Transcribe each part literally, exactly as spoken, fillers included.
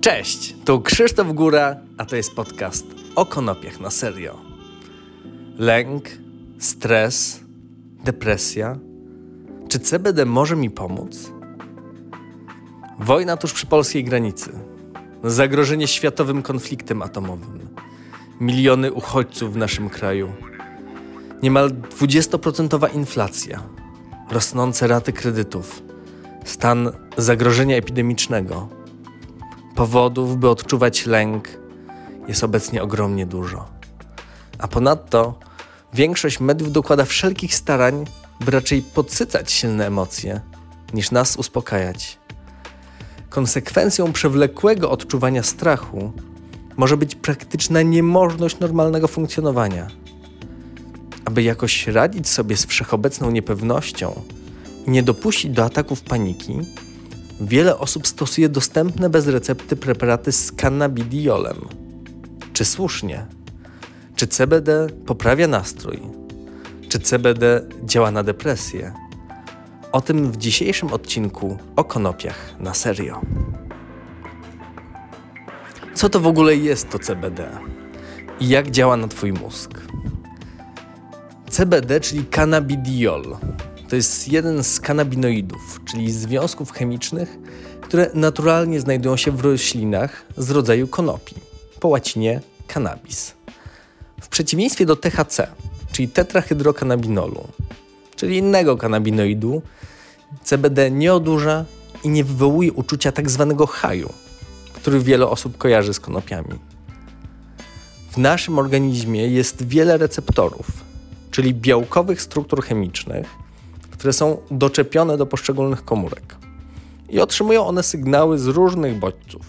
Cześć, tu Krzysztof Góra, a to jest podcast o konopiach na serio. Lęk, stres, depresja. Czy C B D może mi pomóc? Wojna tuż przy polskiej granicy. Zagrożenie światowym konfliktem atomowym. Miliony uchodźców w naszym kraju. Niemal dwudziestoprocentowa inflacja. Rosnące raty kredytów. Stan zagrożenia epidemicznego. Powodów, by odczuwać lęk, jest obecnie ogromnie dużo. A ponadto większość mediów dokłada wszelkich starań, by raczej podsycać silne emocje, niż nas uspokajać. Konsekwencją przewlekłego odczuwania strachu może być praktyczna niemożność normalnego funkcjonowania. Aby jakoś radzić sobie z wszechobecną niepewnością i nie dopuścić do ataków paniki, wiele osób stosuje dostępne bez recepty preparaty z cannabidiolem. Czy słusznie? Czy C B D poprawia nastrój? Czy C B D działa na depresję? O tym w dzisiejszym odcinku o konopiach na serio. Co to w ogóle jest to C B D? I jak działa na Twój mózg? C B D, czyli cannabidiol, to jest jeden z kannabinoidów, czyli związków chemicznych, które naturalnie znajdują się w roślinach z rodzaju konopi, po łacinie cannabis. W przeciwieństwie do T H C, czyli tetrahydrokannabinolu, czyli innego kannabinoidu, C B D nie odurza i nie wywołuje uczucia tak zwanego haju, który wiele osób kojarzy z konopiami. W naszym organizmie jest wiele receptorów, czyli białkowych struktur chemicznych, które są doczepione do poszczególnych komórek i otrzymują one sygnały z różnych bodźców.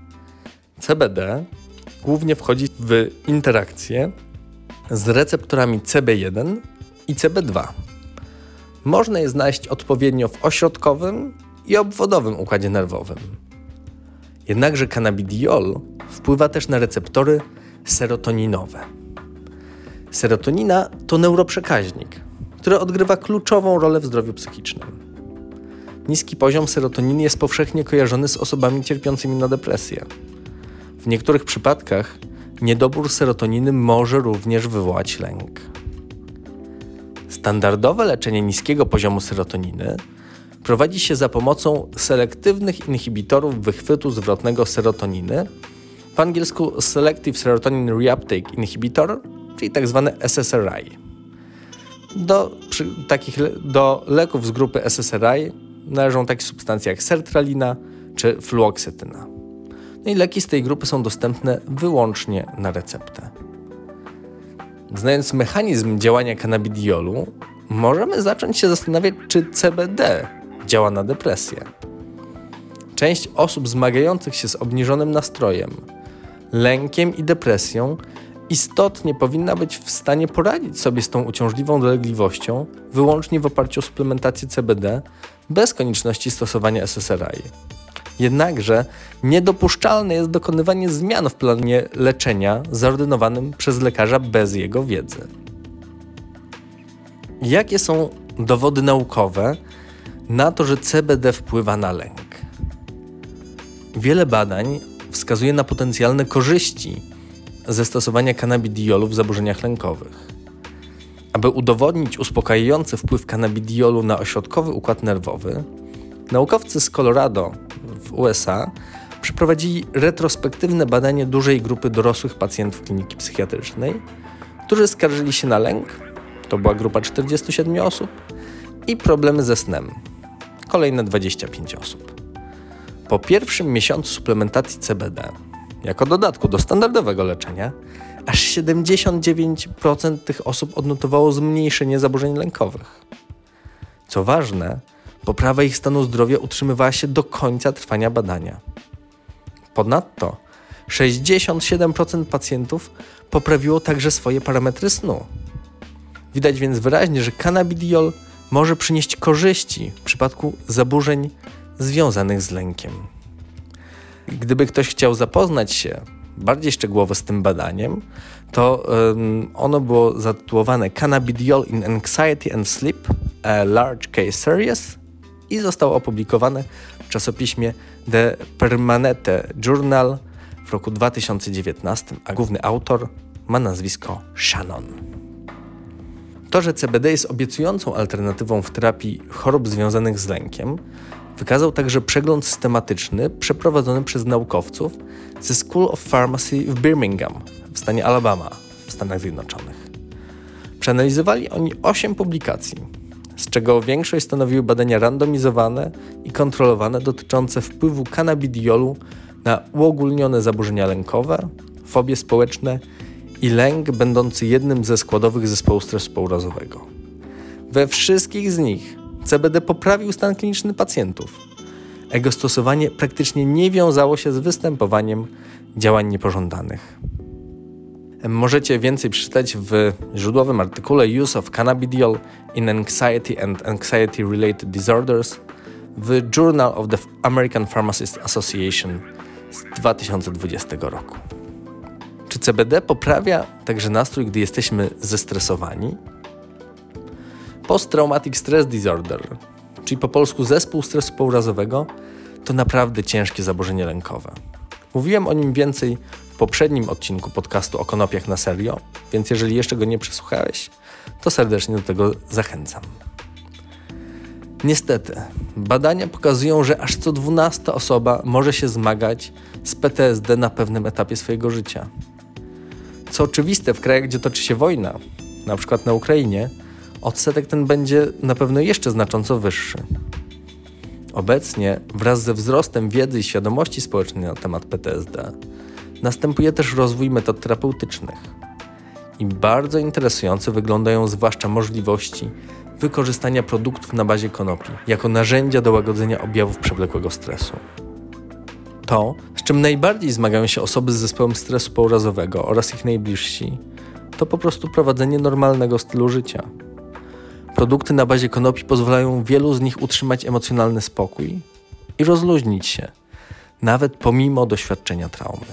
C B D głównie wchodzi w interakcję z receptorami C B jeden i C B dwa. Można je znaleźć odpowiednio w ośrodkowym i obwodowym układzie nerwowym. Jednakże cannabidiol wpływa też na receptory serotoninowe. Serotonina to neuroprzekaźnik, który odgrywa kluczową rolę w zdrowiu psychicznym. Niski poziom serotoniny jest powszechnie kojarzony z osobami cierpiącymi na depresję. W niektórych przypadkach niedobór serotoniny może również wywołać lęk. Standardowe leczenie niskiego poziomu serotoniny prowadzi się za pomocą selektywnych inhibitorów wychwytu zwrotnego serotoniny, po angielsku Selective Serotonin Reuptake Inhibitor, czyli tzw. S S R I. Do, przy, takich, do leków z grupy S S R I należą takie substancje jak sertralina czy fluoksetyna. No i leki z tej grupy są dostępne wyłącznie na receptę. Znając mechanizm działania cannabidiolu, możemy zacząć się zastanawiać, czy C B D działa na depresję. Część osób zmagających się z obniżonym nastrojem, lękiem i depresją istotnie powinna być w stanie poradzić sobie z tą uciążliwą dolegliwością wyłącznie w oparciu o suplementację C B D bez konieczności stosowania S S R I. Jednakże niedopuszczalne jest dokonywanie zmian w planie leczenia zaordynowanym przez lekarza bez jego wiedzy. Jakie są dowody naukowe na to, że C B D wpływa na lęk? Wiele badań wskazuje na potencjalne korzyści ze stosowania cannabidiolu w zaburzeniach lękowych. Aby udowodnić uspokajający wpływ cannabidiolu na ośrodkowy układ nerwowy, naukowcy z Colorado w U S A przeprowadzili retrospektywne badanie dużej grupy dorosłych pacjentów kliniki psychiatrycznej, którzy skarżyli się na lęk, to była grupa czterdzieści siedem osób, i problemy ze snem, kolejne dwadzieścia pięć osób. Po pierwszym miesiącu suplementacji C B D, jako dodatku do standardowego leczenia, aż siedemdziesiąt dziewięć procent tych osób odnotowało zmniejszenie zaburzeń lękowych. Co ważne, poprawa ich stanu zdrowia utrzymywała się do końca trwania badania. Ponadto sześćdziesiąt siedem procent pacjentów poprawiło także swoje parametry snu. Widać więc wyraźnie, że cannabidiol może przynieść korzyści w przypadku zaburzeń związanych z lękiem. Gdyby ktoś chciał zapoznać się bardziej szczegółowo z tym badaniem, to um, ono było zatytułowane Cannabidiol in Anxiety and Sleep, a Large Case Series, i zostało opublikowane w czasopiśmie The Permanente Journal w roku dwa tysiące dziewiętnastym, a główny autor ma nazwisko Shannon. To, że C B D jest obiecującą alternatywą w terapii chorób związanych z lękiem, wykazał także przegląd systematyczny przeprowadzony przez naukowców ze School of Pharmacy w Birmingham w stanie Alabama w Stanach Zjednoczonych. Przeanalizowali oni osiem publikacji, z czego większość stanowiły badania randomizowane i kontrolowane dotyczące wpływu cannabidiolu na uogólnione zaburzenia lękowe, fobie społeczne i lęk będący jednym ze składowych zespołu stresu pourazowego. We wszystkich z nich C B D poprawił stan kliniczny pacjentów. Jego stosowanie praktycznie nie wiązało się z występowaniem działań niepożądanych. Możecie więcej przeczytać w źródłowym artykule Use of Cannabidiol in Anxiety and Anxiety-Related Disorders w Journal of the American Pharmacists Association z dwa tysiące dwudziestego roku. Czy C B D poprawia także nastrój, gdy jesteśmy zestresowani? Post-Traumatic Stress Disorder, czyli po polsku zespół stresu pourazowego, to naprawdę ciężkie zaburzenie lękowe. Mówiłem o nim więcej w poprzednim odcinku podcastu o konopiach na serio, więc jeżeli jeszcze go nie przesłuchałeś, to serdecznie do tego zachęcam. Niestety, badania pokazują, że aż co dwunasta osoba może się zmagać z P T S D na pewnym etapie swojego życia. Co oczywiste, w krajach, gdzie toczy się wojna, na przykład na Ukrainie, odsetek ten będzie na pewno jeszcze znacząco wyższy. Obecnie, wraz ze wzrostem wiedzy i świadomości społecznej na temat P T S D, następuje też rozwój metod terapeutycznych. I bardzo interesujące wyglądają zwłaszcza możliwości wykorzystania produktów na bazie konopi jako narzędzia do łagodzenia objawów przewlekłego stresu. To, z czym najbardziej zmagają się osoby z zespołem stresu pourazowego oraz ich najbliżsi, to po prostu prowadzenie normalnego stylu życia. Produkty na bazie konopi pozwalają wielu z nich utrzymać emocjonalny spokój i rozluźnić się, nawet pomimo doświadczenia traumy.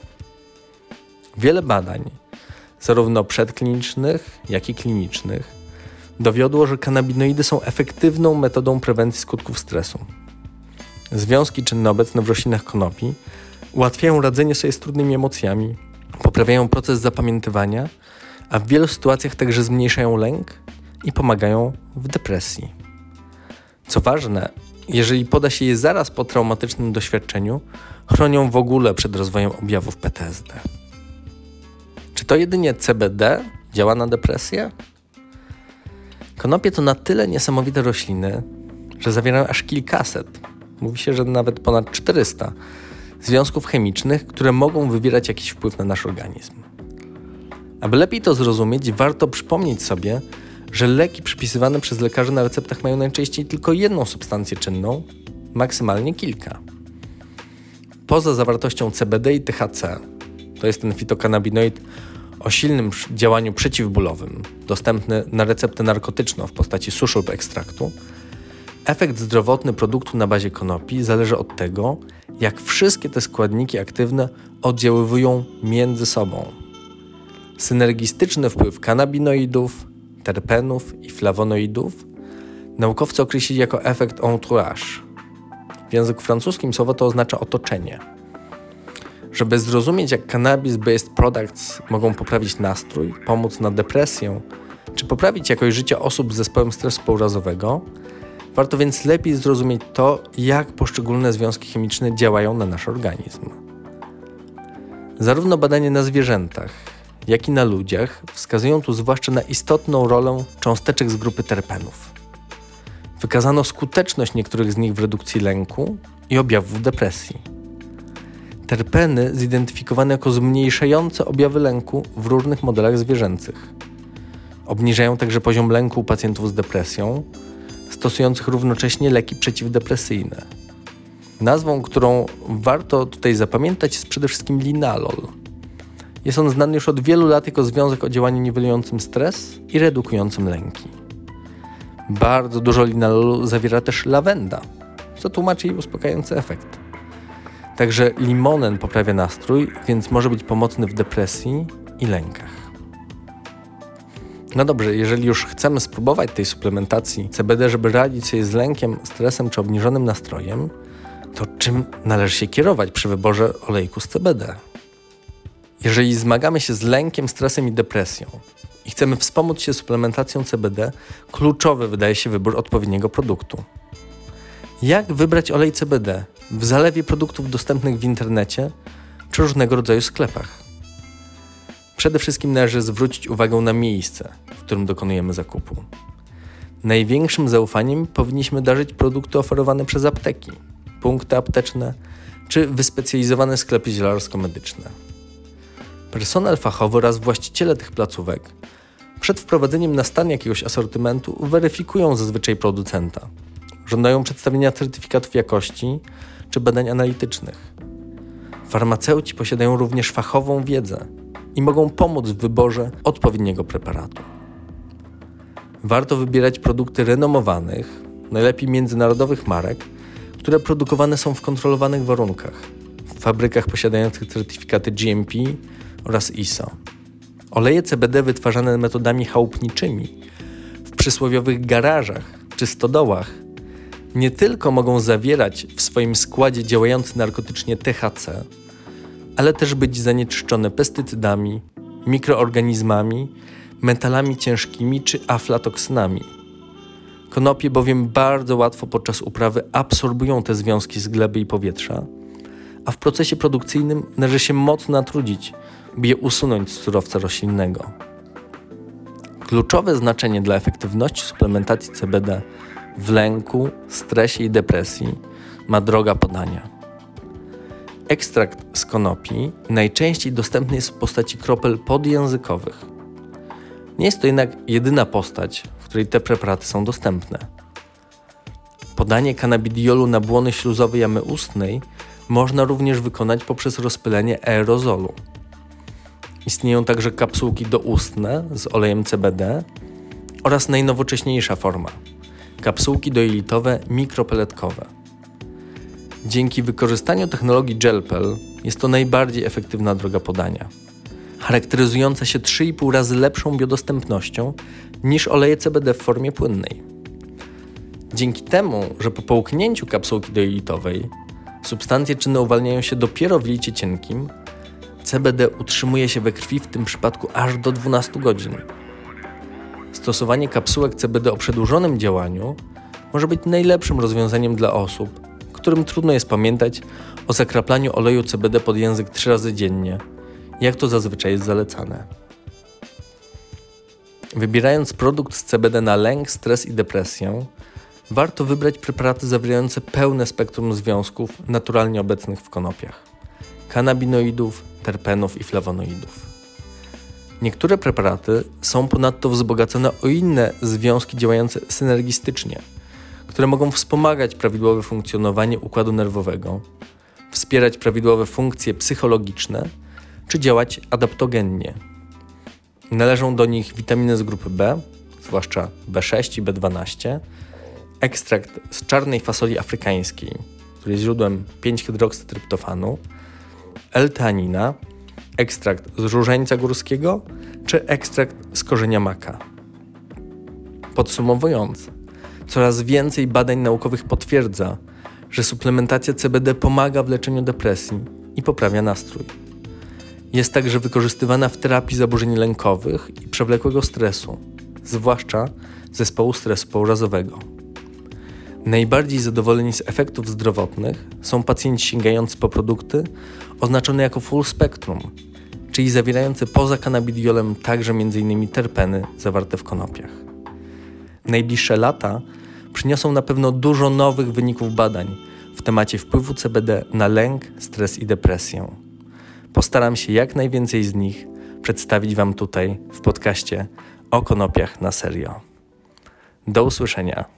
Wiele badań, zarówno przedklinicznych, jak i klinicznych, dowiodło, że kanabinoidy są efektywną metodą prewencji skutków stresu. Związki czynne obecne w roślinach konopi ułatwiają radzenie sobie z trudnymi emocjami, poprawiają proces zapamiętywania, a w wielu sytuacjach także zmniejszają lęk i pomagają w depresji. Co ważne, jeżeli poda się je zaraz po traumatycznym doświadczeniu, chronią w ogóle przed rozwojem objawów P T S D. Czy to jedynie C B D działa na depresję? Konopie to na tyle niesamowite rośliny, że zawierają aż kilkaset, mówi się, że nawet ponad czterysta związków chemicznych, które mogą wywierać jakiś wpływ na nasz organizm. Aby lepiej to zrozumieć, warto przypomnieć sobie, że leki przypisywane przez lekarzy na receptach mają najczęściej tylko jedną substancję czynną, maksymalnie kilka. Poza zawartością C B D i T H C, to jest ten fitokanabinoid o silnym działaniu przeciwbólowym, dostępny na receptę narkotyczną w postaci suszu lub ekstraktu, efekt zdrowotny produktu na bazie konopi zależy od tego, jak wszystkie te składniki aktywne oddziaływują między sobą. Synergistyczny wpływ kanabinoidów, terpenów i flawonoidów naukowcy określili jako efekt entourage. W języku francuskim słowo to oznacza otoczenie. Żeby zrozumieć, jak cannabis-based products mogą poprawić nastrój, pomóc na depresję, czy poprawić jakość życia osób z zespołem stresu pourazowego, warto więc lepiej zrozumieć to, jak poszczególne związki chemiczne działają na nasz organizm. Zarówno badania na zwierzętach, jak i na ludziach wskazują tu zwłaszcza na istotną rolę cząsteczek z grupy terpenów. Wykazano skuteczność niektórych z nich w redukcji lęku i objawów depresji. Terpeny zidentyfikowano jako zmniejszające objawy lęku w różnych modelach zwierzęcych. Obniżają także poziom lęku u pacjentów z depresją, stosujących równocześnie leki przeciwdepresyjne. Nazwą, którą warto tutaj zapamiętać, jest przede wszystkim linalol. Jest on znany już od wielu lat jako związek o działaniu niwelującym stres i redukującym lęki. Bardzo dużo linalolu zawiera też lawenda, co tłumaczy jej uspokajający efekt. Także limonen poprawia nastrój, więc może być pomocny w depresji i lękach. No dobrze, jeżeli już chcemy spróbować tej suplementacji C B D, żeby radzić sobie z lękiem, stresem czy obniżonym nastrojem, To czym należy się kierować przy wyborze olejku z C B D? Jeżeli zmagamy się z lękiem, stresem i depresją i chcemy wspomóc się suplementacją C B D, kluczowy wydaje się wybór odpowiedniego produktu. Jak wybrać olej C B D w zalewie produktów dostępnych w internecie czy różnego rodzaju sklepach? Przede wszystkim należy zwrócić uwagę na miejsce, w którym dokonujemy zakupu. Największym zaufaniem powinniśmy darzyć produkty oferowane przez apteki, punkty apteczne czy wyspecjalizowane sklepy zielarsko-medyczne. Personel fachowy oraz właściciele tych placówek przed wprowadzeniem na stan jakiegoś asortymentu weryfikują zazwyczaj producenta. Żądają przedstawienia certyfikatów jakości czy badań analitycznych. Farmaceuci posiadają również fachową wiedzę i mogą pomóc w wyborze odpowiedniego preparatu. Warto wybierać produkty renomowanych, najlepiej międzynarodowych marek, które produkowane są w kontrolowanych warunkach, w fabrykach posiadających certyfikaty G M P oraz I S O. Oleje C B D wytwarzane metodami chałupniczymi w przysłowiowych garażach czy stodołach nie tylko mogą zawierać w swoim składzie działający narkotycznie T H C, ale też być zanieczyszczone pestycydami, mikroorganizmami, metalami ciężkimi czy aflatoksynami. Konopie bowiem bardzo łatwo podczas uprawy absorbują te związki z gleby i powietrza, a w procesie produkcyjnym należy się mocno natrudzić, by je usunąć z surowca roślinnego. Kluczowe znaczenie dla efektywności suplementacji C B D w lęku, stresie i depresji ma droga podania. Ekstrakt z konopi najczęściej dostępny jest w postaci kropel podjęzykowych. Nie jest to jednak jedyna postać, w której te preparaty są dostępne. Podanie kanabidiolu na błony śluzowe jamy ustnej można również wykonać poprzez rozpylenie aerozolu. Istnieją także kapsułki doustne z olejem C B D oraz najnowocześniejsza forma – kapsułki dojelitowe mikropeletkowe. Dzięki wykorzystaniu technologii GelPel jest to najbardziej efektywna droga podania, charakteryzująca się trzy i pół razy lepszą biodostępnością niż oleje C B D w formie płynnej. Dzięki temu, że po połknięciu kapsułki dojelitowej substancje czynne uwalniają się dopiero w jelicie cienkim, C B D utrzymuje się we krwi w tym przypadku aż do dwunastu godzin. Stosowanie kapsułek C B D o przedłużonym działaniu może być najlepszym rozwiązaniem dla osób, którym trudno jest pamiętać o zakraplaniu oleju C B D pod język trzy razy dziennie, jak to zazwyczaj jest zalecane. Wybierając produkt z C B D na lęk, stres i depresję, warto wybrać preparaty zawierające pełne spektrum związków naturalnie obecnych w konopiach, kanabinoidów, terpenów i flawonoidów. Niektóre preparaty są ponadto wzbogacone o inne związki działające synergistycznie, które mogą wspomagać prawidłowe funkcjonowanie układu nerwowego, wspierać prawidłowe funkcje psychologiczne czy działać adaptogennie. Należą do nich witaminy z grupy B, zwłaszcza B sześć i B dwanaście, ekstrakt z czarnej fasoli afrykańskiej, który jest źródłem pięć hydroksydryptofanu, L-teanina, ekstrakt z różańca górskiego czy ekstrakt z korzenia maka. Podsumowując, coraz więcej badań naukowych potwierdza, że suplementacja C B D pomaga w leczeniu depresji i poprawia nastrój. Jest także wykorzystywana w terapii zaburzeń lękowych i przewlekłego stresu, zwłaszcza zespołu stresu pourazowego. Najbardziej zadowoleni z efektów zdrowotnych są pacjenci sięgający po produkty oznaczone jako full spectrum, czyli zawierające poza kanabidiolem także m.in. terpeny zawarte w konopiach. Najbliższe lata przyniosą na pewno dużo nowych wyników badań w temacie wpływu C B D na lęk, stres i depresję. Postaram się jak najwięcej z nich przedstawić Wam tutaj w podcaście o konopiach na serio. Do usłyszenia.